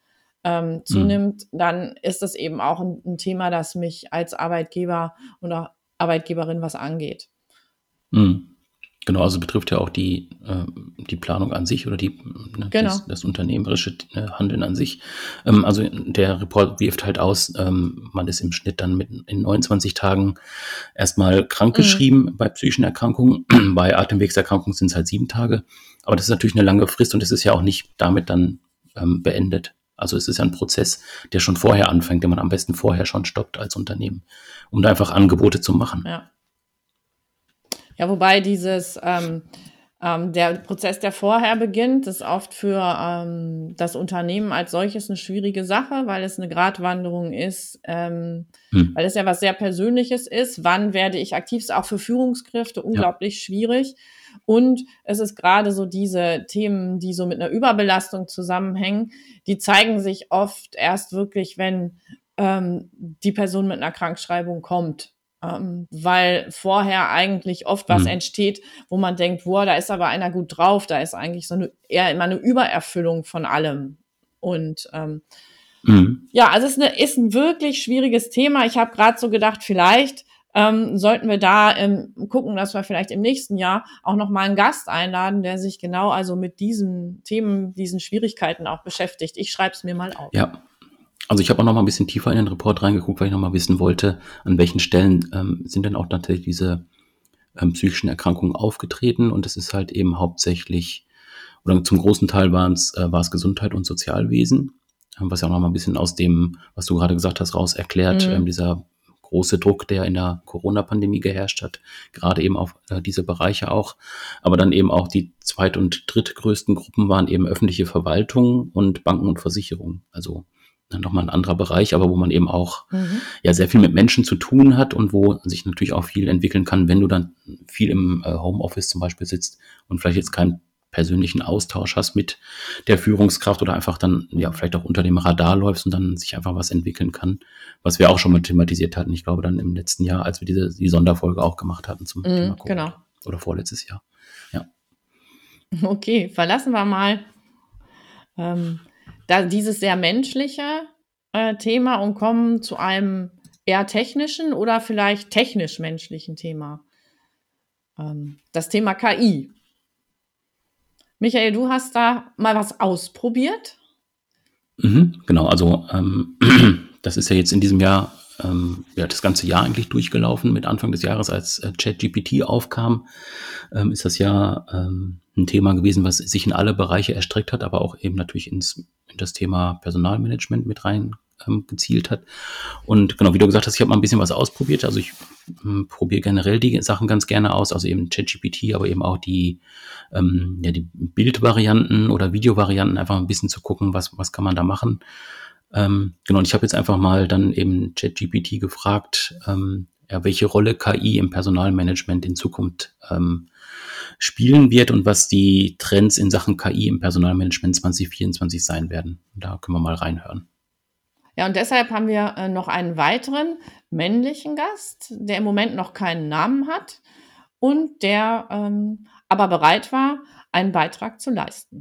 ähm, zunimmt, mhm. dann ist das eben auch ein, ein Thema, das mich als Arbeitgeber oder Arbeitgeberin was angeht. Mhm. Genau, also betrifft ja auch die, äh, die Planung an sich oder die, ne, Genau. das, das unternehmerische äh, Handeln an sich. Ähm, also der Report wirft halt aus, ähm, man ist im Schnitt dann mit in neunundzwanzig Tagen erstmal krankgeschrieben mhm. bei psychischen Erkrankungen. Bei Atemwegserkrankungen sind es halt sieben Tage. Aber das ist natürlich eine lange Frist und es ist ja auch nicht damit dann ähm, beendet. Also es ist ja ein Prozess, der schon vorher anfängt, den man am besten vorher schon stoppt als Unternehmen, um da einfach Angebote zu machen. Ja. Ja, wobei dieses, ähm, ähm, der Prozess, der vorher beginnt, ist oft für ähm, das Unternehmen als solches eine schwierige Sache, weil es eine Gratwanderung ist, ähm, hm. weil es ja was sehr Persönliches ist. Wann werde ich aktiv? Ist auch für Führungskräfte unglaublich ja. schwierig. Und es ist gerade so diese Themen, die so mit einer Überbelastung zusammenhängen, die zeigen sich oft erst wirklich, wenn ähm, die Person mit einer Krankschreibung kommt. Ähm, weil vorher eigentlich oft was mhm. entsteht, wo man denkt, boah, da ist aber einer gut drauf, da ist eigentlich so eine eher immer eine Übererfüllung von allem. Und ähm, mhm. ja, also es ist, eine, ist ein wirklich schwieriges Thema. Ich habe gerade so gedacht, vielleicht ähm, sollten wir da ähm, gucken, dass wir vielleicht im nächsten Jahr auch noch mal einen Gast einladen, der sich genau also mit diesen Themen, diesen Schwierigkeiten auch beschäftigt. Ich schreibe es mir mal auf. Ja. Also ich habe auch noch mal ein bisschen tiefer in den Report reingeguckt, weil ich noch mal wissen wollte, an welchen Stellen ähm, sind denn auch tatsächlich diese ähm, psychischen Erkrankungen aufgetreten. Und es ist halt eben hauptsächlich, oder zum großen Teil waren es, äh, war es Gesundheit und Sozialwesen, ähm, was ja auch noch mal ein bisschen aus dem, was du gerade gesagt hast, raus erklärt, mhm. ähm, dieser große Druck, der in der Corona-Pandemie geherrscht hat, gerade eben auf äh, diese Bereiche auch. Aber dann eben auch die zweit- und drittgrößten Gruppen waren eben öffentliche Verwaltung und Banken und Versicherungen. Also dann nochmal ein anderer Bereich, aber wo man eben auch mhm. ja sehr viel mit Menschen zu tun hat und wo sich natürlich auch viel entwickeln kann, wenn du dann viel im äh, Homeoffice zum Beispiel sitzt und vielleicht jetzt keinen persönlichen Austausch hast mit der Führungskraft oder einfach dann ja vielleicht auch unter dem Radar läufst und dann sich einfach was entwickeln kann, was wir auch schon mal thematisiert hatten. Ich glaube dann im letzten Jahr, als wir diese die Sonderfolge auch gemacht hatten zum mhm, Thema Covid. Genau. Oder vorletztes Jahr. Ja. Okay, verlassen wir mal ähm, da dieses sehr menschliche äh, Thema und kommen zu einem eher technischen oder vielleicht technisch-menschlichen Thema. Ähm, das Thema K I. Michael, du hast da mal was ausprobiert? Mhm, genau, also ähm, das ist ja jetzt in diesem Jahr, ähm, ja, das ganze Jahr eigentlich durchgelaufen. Mit Anfang des Jahres, als äh, ChatGPT aufkam, ähm, ist das ja ähm, ein Thema gewesen, was sich in alle Bereiche erstreckt hat, aber auch eben natürlich ins, in das Thema Personalmanagement mit rein ähm, gezielt hat. Und genau, wie du gesagt hast, ich habe mal ein bisschen was ausprobiert. Also ich ähm, probiere generell die Sachen ganz gerne aus, also eben ChatGPT, aber eben auch die, ähm, ja, die Bildvarianten oder Videovarianten, einfach ein bisschen zu gucken, was, was kann man da machen. Ähm, genau, und ich habe jetzt einfach mal dann eben ChatGPT gefragt, ähm, ja, welche Rolle K I im Personalmanagement in Zukunft ähm, spielen wird und was die Trends in Sachen K I im Personalmanagement zwanzig vierundzwanzig sein werden. Da können wir mal reinhören. Ja, und deshalb haben wir äh, noch einen weiteren männlichen Gast, der im Moment noch keinen Namen hat und der ähm, aber bereit war, einen Beitrag zu leisten.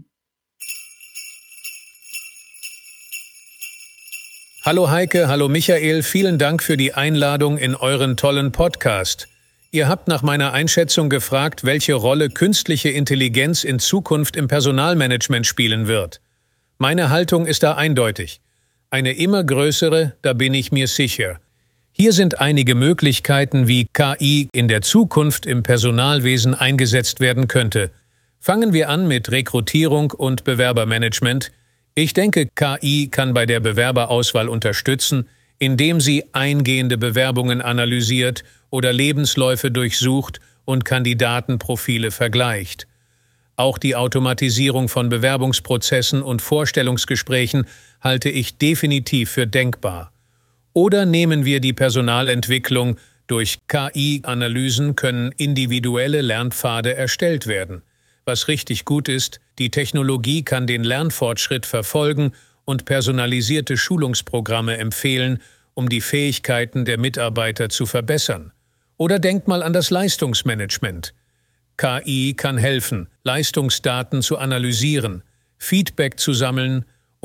Hallo Heike, hallo Michael, vielen Dank für die Einladung in euren tollen Podcast. Ihr habt nach meiner Einschätzung gefragt, welche Rolle künstliche Intelligenz in Zukunft im Personalmanagement spielen wird. Meine Haltung ist da eindeutig. Eine immer größere, da bin ich mir sicher. Hier sind einige Möglichkeiten, wie K I in der Zukunft im Personalwesen eingesetzt werden könnte. Fangen wir an mit Rekrutierung und Bewerbermanagement. Ich denke, K I kann bei der Bewerberauswahl unterstützen, indem sie eingehende Bewerbungen analysiert oder Lebensläufe durchsucht und Kandidatenprofile vergleicht. Auch die Automatisierung von Bewerbungsprozessen und Vorstellungsgesprächen halte ich definitiv für denkbar. Oder nehmen wir die Personalentwicklung. Durch K I-Analysen können individuelle Lernpfade erstellt werden. Was richtig gut ist, die Technologie kann den Lernfortschritt verfolgen und personalisierte Schulungsprogramme empfehlen, um die Fähigkeiten der Mitarbeiter zu verbessern. Oder denkt mal an das Leistungsmanagement. K I kann helfen, Leistungsdaten zu analysieren, Feedback zu sammeln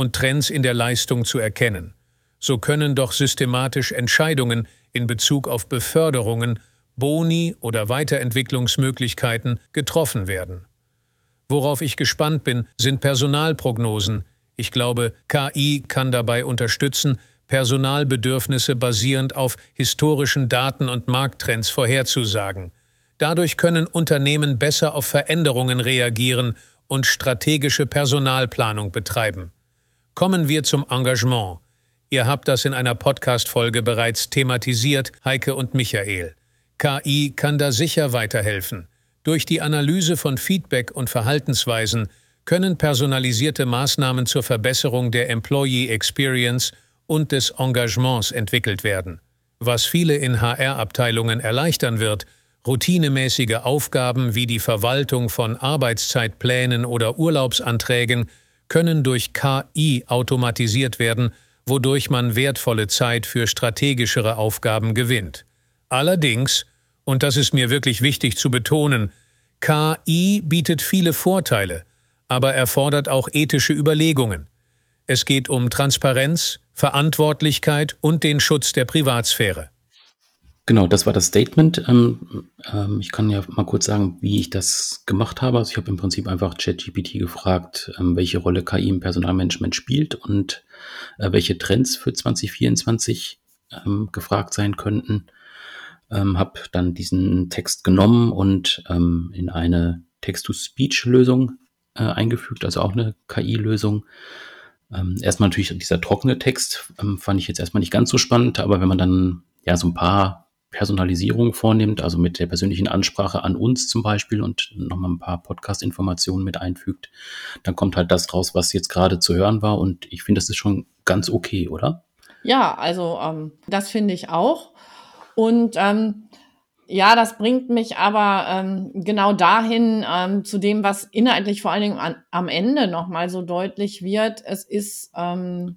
und Trends in der Leistung zu erkennen. So können doch systematisch Entscheidungen in Bezug auf Beförderungen, Boni oder Weiterentwicklungsmöglichkeiten getroffen werden. Worauf ich gespannt bin, sind Personalprognosen. Ich glaube, K I kann dabei unterstützen, Personalbedürfnisse basierend auf historischen Daten und Markttrends vorherzusagen. Dadurch können Unternehmen besser auf Veränderungen reagieren und strategische Personalplanung betreiben. Kommen wir zum Engagement. Ihr habt das in einer Podcast-Folge bereits thematisiert, Heike und Michael. K I kann da sicher weiterhelfen. Durch die Analyse von Feedback und Verhaltensweisen können personalisierte Maßnahmen zur Verbesserung der Employee Experience und des Engagements entwickelt werden. Was viele in H R-Abteilungen erleichtern wird, routinemäßige Aufgaben wie die Verwaltung von Arbeitszeitplänen oder Urlaubsanträgen können durch K I automatisiert werden, wodurch man wertvolle Zeit für strategischere Aufgaben gewinnt. Allerdings, und das ist mir wirklich wichtig zu betonen, K I bietet viele Vorteile, aber erfordert auch ethische Überlegungen. Es geht um Transparenz, Verantwortlichkeit und den Schutz der Privatsphäre. Genau, das war das Statement. Ähm, ähm, ich kann ja mal kurz sagen, wie ich das gemacht habe. Also ich habe im Prinzip einfach ChatGPT gefragt, ähm, welche Rolle K I im Personalmanagement spielt und äh, welche Trends für zwanzig vierundzwanzig ähm, gefragt sein könnten. Ähm, habe dann diesen Text genommen und ähm, in eine Text-to-Speech-Lösung äh, eingefügt, also auch eine K I-Lösung. Ähm, erstmal natürlich dieser trockene Text ähm, fand ich jetzt erstmal nicht ganz so spannend, aber wenn man dann ja so ein paar Personalisierungen vornimmt, also mit der persönlichen Ansprache an uns zum Beispiel und nochmal ein paar Podcast-Informationen mit einfügt, dann kommt halt das raus, was jetzt gerade zu hören war und ich finde, das ist schon ganz okay, oder? Ja, also ähm, das finde ich auch. Und ähm, ja, das bringt mich aber ähm, genau dahin ähm, zu dem, was inhaltlich vor allen Dingen an, am Ende nochmal so deutlich wird. Es ist, ähm,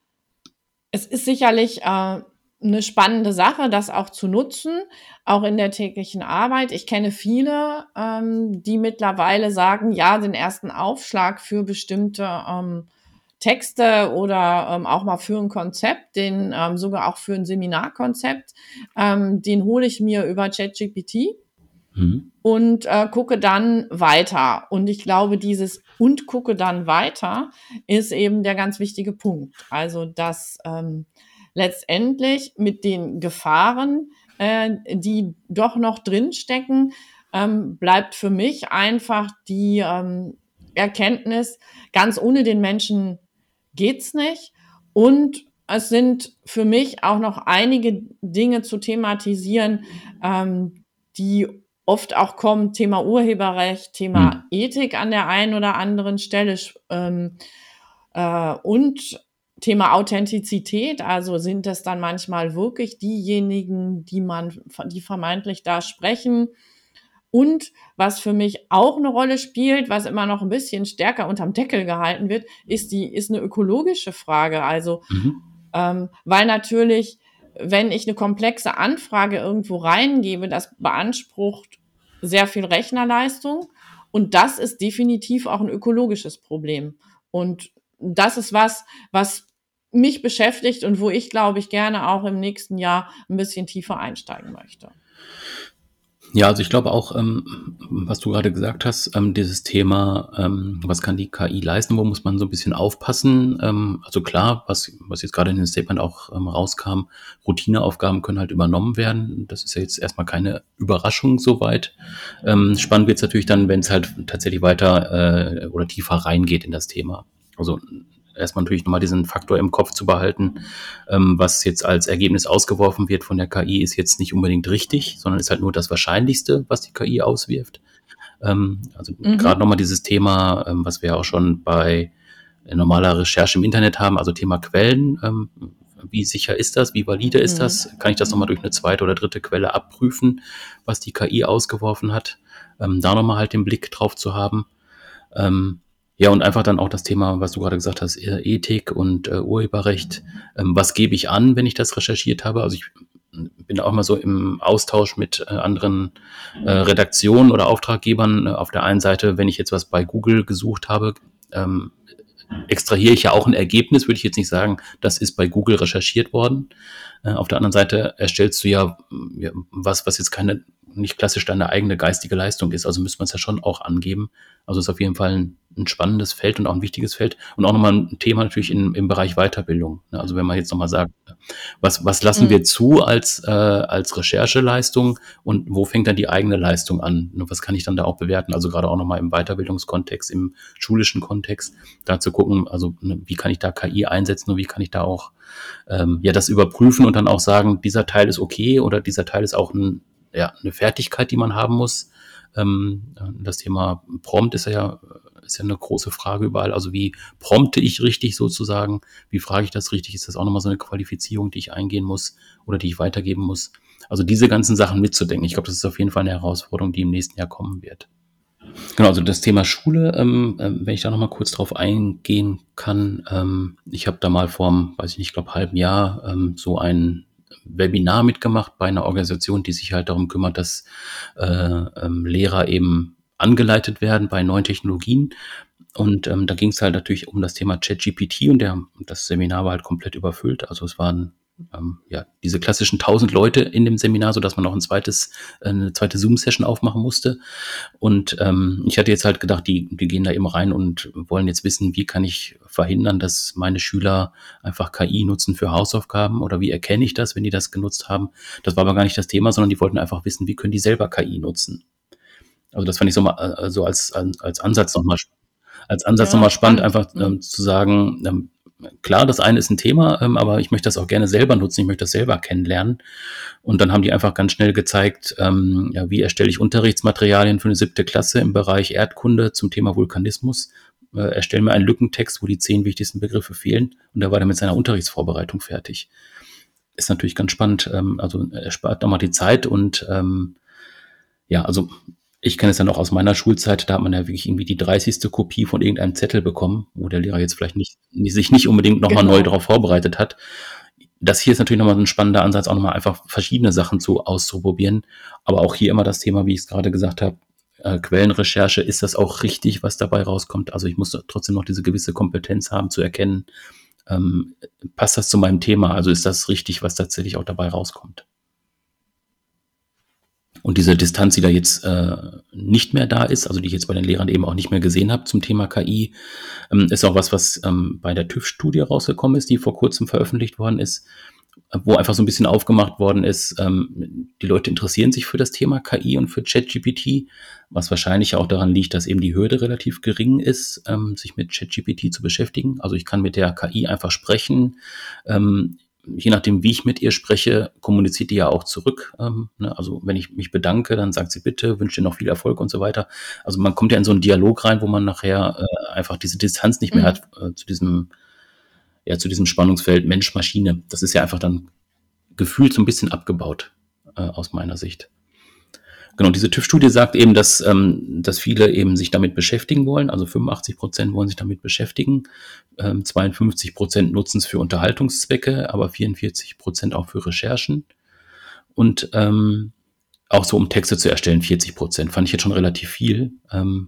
es ist sicherlich äh, eine spannende Sache, das auch zu nutzen, auch in der täglichen Arbeit. Ich kenne viele, ähm, die mittlerweile sagen, ja, den ersten Aufschlag für bestimmte ähm, Texte oder ähm, auch mal für ein Konzept, den ähm, sogar auch für ein Seminarkonzept, ähm, den hole ich mir über ChatGPT mhm. und äh, gucke dann weiter. Und ich glaube, dieses und gucke dann weiter ist eben der ganz wichtige Punkt. Also, dass ähm, letztendlich mit den Gefahren, äh, die doch noch drinstecken, ähm, bleibt für mich einfach die ähm, Erkenntnis, ganz ohne den Menschen geht's nicht. Und es sind für mich auch noch einige Dinge zu thematisieren, ähm, die oft auch kommen, Thema Urheberrecht, Thema hm. Ethik an der einen oder anderen Stelle ähm, äh, und Thema Authentizität. Also sind das dann manchmal wirklich diejenigen, die man, die vermeintlich da sprechen. Und was für mich auch eine Rolle spielt, was immer noch ein bisschen stärker unterm Deckel gehalten wird, ist die ist eine ökologische Frage. Also, mhm. ähm, weil natürlich, wenn ich eine komplexe Anfrage irgendwo reingebe, das beansprucht sehr viel Rechnerleistung. Und das ist definitiv auch ein ökologisches Problem. Und das ist was, was mich beschäftigt und wo ich, glaube ich, gerne auch im nächsten Jahr ein bisschen tiefer einsteigen möchte. Ja, also ich glaube auch, ähm, was du gerade gesagt hast, ähm, dieses Thema, ähm, was kann die K I leisten, wo muss man so ein bisschen aufpassen. Ähm, also klar, was, was jetzt gerade in dem Statement auch ähm, rauskam, Routineaufgaben können halt übernommen werden. Das ist ja jetzt erstmal keine Überraschung soweit. Ähm, spannend wird es natürlich dann, wenn es halt tatsächlich weiter äh, oder tiefer reingeht in das Thema. Also erstmal natürlich nochmal diesen Faktor im Kopf zu behalten, ähm, was jetzt als Ergebnis ausgeworfen wird von der K I, ist jetzt nicht unbedingt richtig, sondern ist halt nur das Wahrscheinlichste, was die K I auswirft. Ähm, also mhm. gerade nochmal dieses Thema, ähm, was wir auch schon bei normaler Recherche im Internet haben, also Thema Quellen, ähm, wie sicher ist das, wie valide ist mhm. das, kann ich das nochmal durch eine zweite oder dritte Quelle abprüfen, was die K I ausgeworfen hat, ähm, da nochmal halt den Blick drauf zu haben. Ähm, Ja, und einfach dann auch das Thema, was du gerade gesagt hast, Ethik und äh, Urheberrecht. Ähm, was gebe ich an, wenn ich das recherchiert habe? Also ich bin auch mal so im Austausch mit äh, anderen äh, Redaktionen oder Auftraggebern. Äh, auf der einen Seite, wenn ich jetzt was bei Google gesucht habe, ähm, extrahiere ich ja auch ein Ergebnis, würde ich jetzt nicht sagen, das ist bei Google recherchiert worden. Äh, auf der anderen Seite erstellst du ja, ja was, was jetzt keine, nicht klassisch deine eigene geistige Leistung ist. Also müsste man es ja schon auch angeben. Also ist auf jeden Fall ein, ein spannendes Feld und auch ein wichtiges Feld. Und auch nochmal ein Thema natürlich in, im Bereich Weiterbildung. Also wenn man jetzt nochmal sagt, was, was lassen mhm. wir zu als, äh, als Rechercheleistung und wo fängt dann die eigene Leistung an? Und was kann ich dann da auch bewerten? Also gerade auch nochmal im Weiterbildungskontext, im schulischen Kontext, da zu gucken, also wie kann ich da K I einsetzen und wie kann ich da auch ähm, ja das überprüfen und dann auch sagen, dieser Teil ist okay oder dieser Teil ist auch ein, ja, eine Fertigkeit, die man haben muss. Ähm, das Thema Prompt ist ja, ist ja eine große Frage überall. Also wie prompte ich richtig sozusagen? Wie frage ich das richtig? Ist das auch nochmal so eine Qualifizierung, die ich eingehen muss oder die ich weitergeben muss? Also diese ganzen Sachen mitzudenken. Ich glaube, das ist auf jeden Fall eine Herausforderung, die im nächsten Jahr kommen wird. Genau, also das Thema Schule, ähm, wenn ich da nochmal kurz drauf eingehen kann. Ähm, ich habe da mal vor, weiß ich nicht, ich glaube halben Jahr ähm, so ein Webinar mitgemacht bei einer Organisation, die sich halt darum kümmert, dass äh, ähm, Lehrer eben angeleitet werden bei neuen Technologien. Und ähm, da ging es halt natürlich um das Thema ChatGPT und der, das Seminar war halt komplett überfüllt. Also es waren ähm, ja diese klassischen tausend Leute in dem Seminar, so dass man noch ein zweites, eine zweite Zoom-Session aufmachen musste. Und ähm, ich hatte jetzt halt gedacht, die, die gehen da eben rein und wollen jetzt wissen, wie kann ich verhindern, dass meine Schüler einfach K I nutzen für Hausaufgaben oder wie erkenne ich das, wenn die das genutzt haben. Das war aber gar nicht das Thema, sondern die wollten einfach wissen, wie können die selber K I nutzen. Also das fand ich so mal äh, so als, als Ansatz nochmal als Ansatz ja, nochmal spannend, einfach ähm, zu sagen, ähm, klar, das eine ist ein Thema, ähm, aber ich möchte das auch gerne selber nutzen, ich möchte das selber kennenlernen. Und dann haben die einfach ganz schnell gezeigt, ähm, ja, wie erstelle ich Unterrichtsmaterialien für eine siebte Klasse im Bereich Erdkunde zum Thema Vulkanismus. Äh, erstellen mir einen Lückentext, wo die zehn wichtigsten Begriffe fehlen. Und da war er mit seiner Unterrichtsvorbereitung fertig. Ist natürlich ganz spannend. Ähm, also er spart nochmal die Zeit und ähm, ja, also ich kenne es dann auch aus meiner Schulzeit, da hat man ja wirklich irgendwie die dreißigste Kopie von irgendeinem Zettel bekommen, wo der Lehrer jetzt vielleicht nicht, sich nicht unbedingt nochmal genau. neu darauf vorbereitet hat. Das hier ist natürlich nochmal ein spannender Ansatz, auch nochmal einfach verschiedene Sachen zu auszuprobieren. Aber auch hier immer das Thema, wie ich es gerade gesagt habe, äh, Quellenrecherche, ist das auch richtig, was dabei rauskommt? Also ich muss trotzdem noch diese gewisse Kompetenz haben, zu erkennen, ähm, passt das zu meinem Thema? Also ist das richtig, was tatsächlich auch dabei rauskommt? Und diese Distanz, die da jetzt äh, nicht mehr da ist, also die ich jetzt bei den Lehrern eben auch nicht mehr gesehen habe zum Thema K I, ähm, ist auch was, was ähm, bei der TÜV-Studie rausgekommen ist, die vor kurzem veröffentlicht worden ist, wo einfach so ein bisschen aufgemacht worden ist, ähm, die Leute interessieren sich für das Thema K I und für ChatGPT, was wahrscheinlich auch daran liegt, dass eben die Hürde relativ gering ist, ähm, sich mit ChatGPT zu beschäftigen. Also ich kann mit der K I einfach sprechen, ähm, je nachdem, wie ich mit ihr spreche, kommuniziert die ja auch zurück. Ähm, ne? Also wenn ich mich bedanke, dann sagt sie bitte, wünsche dir noch viel Erfolg und so weiter. Also man kommt ja in so einen Dialog rein, wo man nachher äh, einfach diese Distanz nicht mehr mhm. hat äh, zu diesem, ja, zu diesem Spannungsfeld Mensch-Maschine. Das ist ja einfach dann gefühlt so ein bisschen abgebaut äh, aus meiner Sicht. Genau, diese TÜV-Studie sagt eben, dass, ähm, dass viele eben sich damit beschäftigen wollen. Also fünfundachtzig Prozent wollen sich damit beschäftigen. Ähm, zweiundfünfzig Prozent nutzen es für Unterhaltungszwecke, aber vierundvierzig Prozent auch für Recherchen. Und ähm, auch so, um Texte zu erstellen, vierzig Prozent. Fand ich jetzt schon relativ viel. Ähm,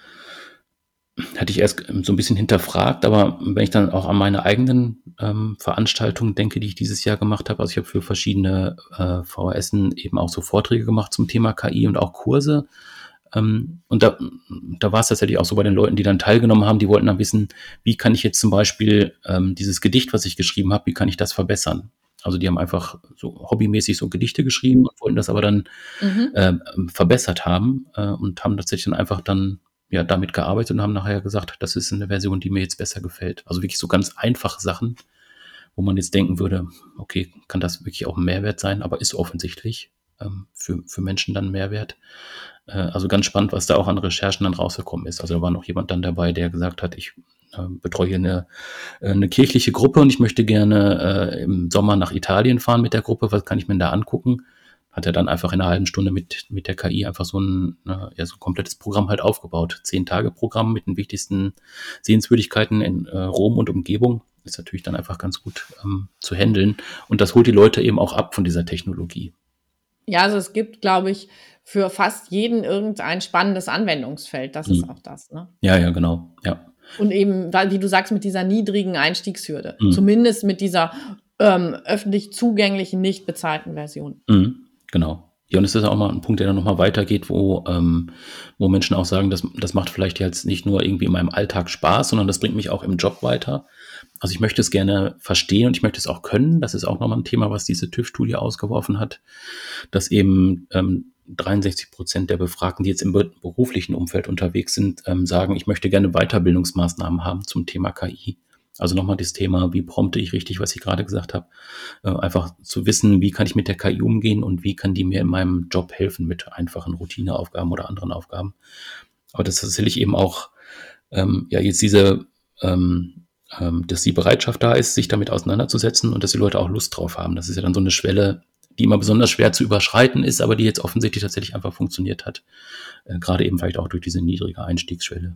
hatte ich erst so ein bisschen hinterfragt, aber wenn ich dann auch an meine eigenen ähm, Veranstaltungen denke, die ich dieses Jahr gemacht habe, also ich habe für verschiedene äh, V H S'en eben auch so Vorträge gemacht zum Thema K I und auch Kurse. Ähm, und da, da war es tatsächlich auch so bei den Leuten, die dann teilgenommen haben, die wollten dann wissen, wie kann ich jetzt zum Beispiel ähm, dieses Gedicht, was ich geschrieben habe, wie kann ich das verbessern? Also die haben einfach so hobbymäßig so Gedichte geschrieben und wollten das aber dann mhm. äh, verbessert haben äh, und haben tatsächlich dann einfach dann ja, damit gearbeitet und haben nachher gesagt, das ist eine Version, die mir jetzt besser gefällt. Also wirklich so ganz einfache Sachen, wo man jetzt denken würde, okay, kann das wirklich auch ein Mehrwert sein, aber ist offensichtlich ähm, für, für Menschen dann ein Mehrwert. Äh, also ganz spannend, was da auch an Recherchen dann rausgekommen ist. Also da war noch jemand dann dabei, der gesagt hat, ich äh, betreue eine, äh, eine kirchliche Gruppe und ich möchte gerne äh, im Sommer nach Italien fahren mit der Gruppe. Was kann ich mir da angucken? Hat er dann einfach in einer halben Stunde mit, mit der K I einfach so ein, ja, so ein komplettes Programm halt aufgebaut. Zehn-Tage-Programm mit den wichtigsten Sehenswürdigkeiten in äh, Rom und Umgebung. Ist natürlich dann einfach ganz gut ähm, zu handeln. Und das holt die Leute eben auch ab von dieser Technologie. Ja, also es gibt, glaube ich, für fast jeden irgendein spannendes Anwendungsfeld. Das ist hm. auch das, ne? Ja, ja, genau. Ja. Und eben, weil, wie du sagst, mit dieser niedrigen Einstiegshürde. Mhm. Zumindest mit dieser ähm, öffentlich zugänglichen, nicht bezahlten Version. Mhm. Genau. Ja, und es ist auch mal ein Punkt, der dann nochmal weitergeht, wo, ähm, wo Menschen auch sagen, das, das macht vielleicht jetzt nicht nur irgendwie in meinem Alltag Spaß, sondern das bringt mich auch im Job weiter. Also ich möchte es gerne verstehen und ich möchte es auch können. Das ist auch nochmal ein Thema, was diese TÜV-Studie ausgeworfen hat, dass eben ähm, dreiundsechzig Prozent der Befragten, die jetzt im beruflichen Umfeld unterwegs sind, ähm, sagen, ich möchte gerne Weiterbildungsmaßnahmen haben zum Thema K I. Also nochmal das Thema, wie prompte ich richtig, was ich gerade gesagt habe, äh, einfach zu wissen, wie kann ich mit der K I umgehen und wie kann die mir in meinem Job helfen mit einfachen Routineaufgaben oder anderen Aufgaben. Aber das ist tatsächlich eben auch, ähm, ja, jetzt diese, ähm, ähm, dass die Bereitschaft da ist, sich damit auseinanderzusetzen und dass die Leute auch Lust drauf haben. Das ist ja dann so eine Schwelle, die immer besonders schwer zu überschreiten ist, aber die jetzt offensichtlich tatsächlich einfach funktioniert hat. Äh, gerade eben vielleicht auch durch diese niedrige Einstiegsschwelle.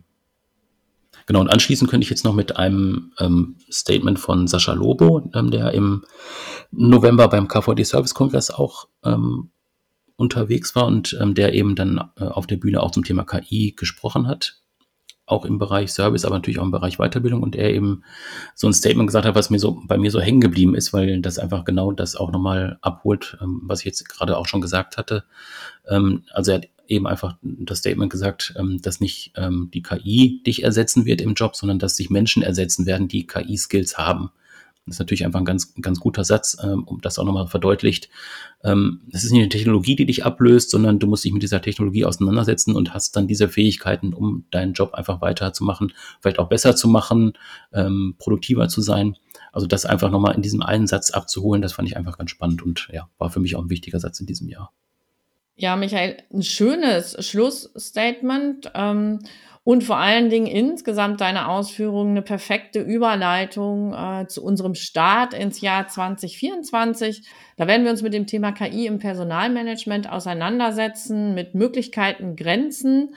Genau, und anschließend könnte ich jetzt noch mit einem ähm, Statement von Sascha Lobo, ähm, der im November beim K V D Service Kongress auch ähm, unterwegs war und ähm, der eben dann äh, auf der Bühne auch zum Thema K I gesprochen hat, auch im Bereich Service, aber natürlich auch im Bereich Weiterbildung, und er eben so ein Statement gesagt hat, was mir so bei mir so hängen geblieben ist, weil das einfach genau das auch nochmal abholt, ähm, was ich jetzt gerade auch schon gesagt hatte. Ähm, also er hat eben einfach das Statement gesagt, ähm, dass nicht ähm, die K I dich ersetzen wird im Job, sondern dass sich Menschen ersetzen werden, die K I-Skills haben. Das ist natürlich einfach ein ganz, ganz guter Satz, ähm, um das auch nochmal verdeutlicht. Ähm, das ist nicht eine Technologie, die dich ablöst, sondern du musst dich mit dieser Technologie auseinandersetzen und hast dann diese Fähigkeiten, um deinen Job einfach weiterzumachen, vielleicht auch besser zu machen, ähm, produktiver zu sein. Also das einfach nochmal in diesem einen Satz abzuholen, das fand ich einfach ganz spannend und ja, war für mich auch ein wichtiger Satz in diesem Jahr. Ja, Michael, ein schönes Schlussstatement ähm, und vor allen Dingen insgesamt deine Ausführungen eine perfekte Überleitung äh, zu unserem Start ins Jahr zwanzig vierundzwanzig. Da werden wir uns mit dem Thema K I im Personalmanagement auseinandersetzen, mit Möglichkeiten, Grenzen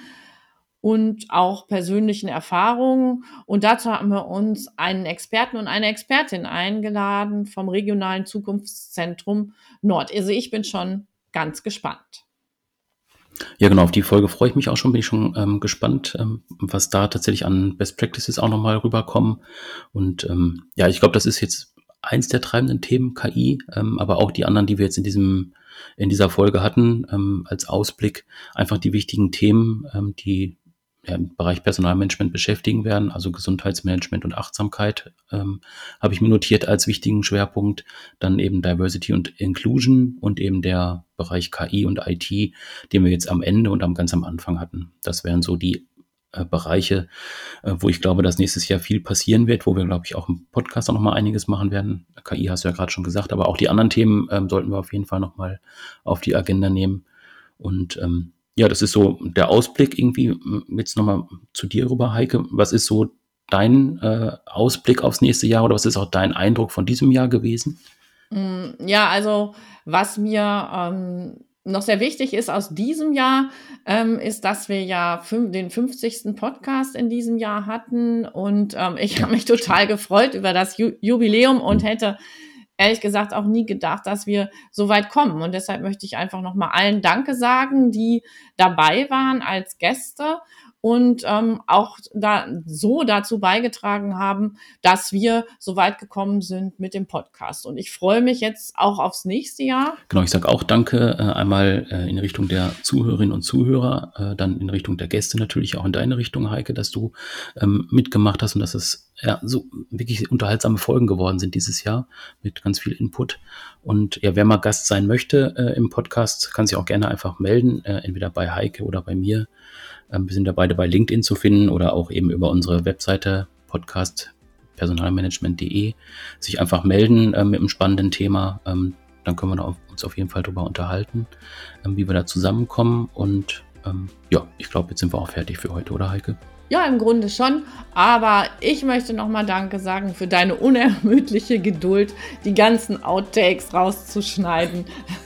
und auch persönlichen Erfahrungen. Und dazu haben wir uns einen Experten und eine Expertin eingeladen vom Regionalen Zukunftszentrum Nord. Also ich bin schon ganz gespannt. Ja, genau, auf die Folge freue ich mich auch schon, bin ich schon ähm, gespannt, ähm, was da tatsächlich an Best Practices auch nochmal rüberkommen. Und ähm, ja, ich glaube, das ist jetzt eins der treibenden Themen, K I, ähm, aber auch die anderen, die wir jetzt in diesem in dieser Folge hatten, ähm, als Ausblick, einfach die wichtigen Themen, ähm, die ja, im Bereich Personalmanagement beschäftigen werden, also Gesundheitsmanagement und Achtsamkeit, ähm, habe ich mir notiert als wichtigen Schwerpunkt, dann eben Diversity und Inclusion und eben der Bereich K I und I T, den wir jetzt am Ende und am ganz am Anfang hatten. Das wären so die äh, Bereiche, äh, wo ich glaube, dass nächstes Jahr viel passieren wird, wo wir, glaube ich, auch im Podcast auch nochmal einiges machen werden. K I hast du ja gerade schon gesagt, aber auch die anderen Themen ähm, sollten wir auf jeden Fall nochmal auf die Agenda nehmen. Und ähm, ja, das ist so der Ausblick irgendwie. Jetzt nochmal zu dir rüber, Heike. Was ist so dein äh, Ausblick aufs nächste Jahr oder was ist auch dein Eindruck von diesem Jahr gewesen? Ja, also was mir ähm, noch sehr wichtig ist aus diesem Jahr, ähm, ist, dass wir ja fün- den fünfzigsten Podcast in diesem Jahr hatten und ähm, ich habe mich total gefreut über das Ju- Jubiläum und hätte ehrlich gesagt auch nie gedacht, dass wir so weit kommen. Und deshalb möchte ich einfach nochmal allen Danke sagen, die dabei waren als Gäste und ähm, auch da so dazu beigetragen haben, dass wir so weit gekommen sind mit dem Podcast. Und ich freue mich jetzt auch aufs nächste Jahr. Genau, ich sage auch Danke, äh, einmal äh, in Richtung der Zuhörerinnen und Zuhörer, äh, dann in Richtung der Gäste natürlich auch in deine Richtung, Heike, dass du ähm, mitgemacht hast und dass es ja so wirklich unterhaltsame Folgen geworden sind dieses Jahr mit ganz viel Input. Und ja, wer mal Gast sein möchte äh, im Podcast, kann sich auch gerne einfach melden, äh, entweder bei Heike oder bei mir. Wir sind da beide bei LinkedIn zu finden oder auch eben über unsere Webseite podcast personalmanagement punkt de sich einfach melden äh, mit einem spannenden Thema. Ähm, dann können wir da auf, uns auf jeden Fall drüber unterhalten, ähm, wie wir da zusammenkommen. Und ähm, ja, ich glaube, jetzt sind wir auch fertig für heute, oder Heike? Ja, im Grunde schon. Aber ich möchte nochmal Danke sagen für deine unermüdliche Geduld, die ganzen Outtakes rauszuschneiden.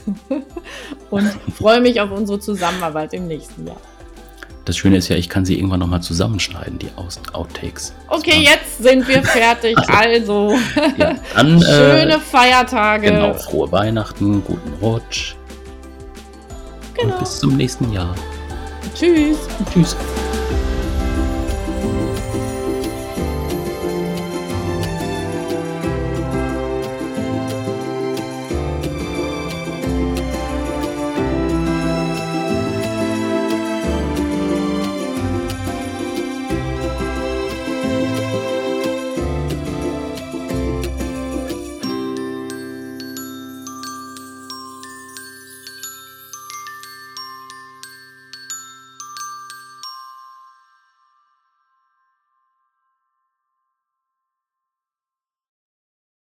Und freue mich auf unsere Zusammenarbeit im nächsten Jahr. Das Schöne ist ja, ich kann sie irgendwann nochmal zusammenschneiden, die Outtakes. Okay, jetzt sind wir fertig. Also, ja, dann, schöne äh, Feiertage. Genau, frohe Weihnachten, guten Rutsch. Genau. Und bis zum nächsten Jahr. Tschüss. Tschüss.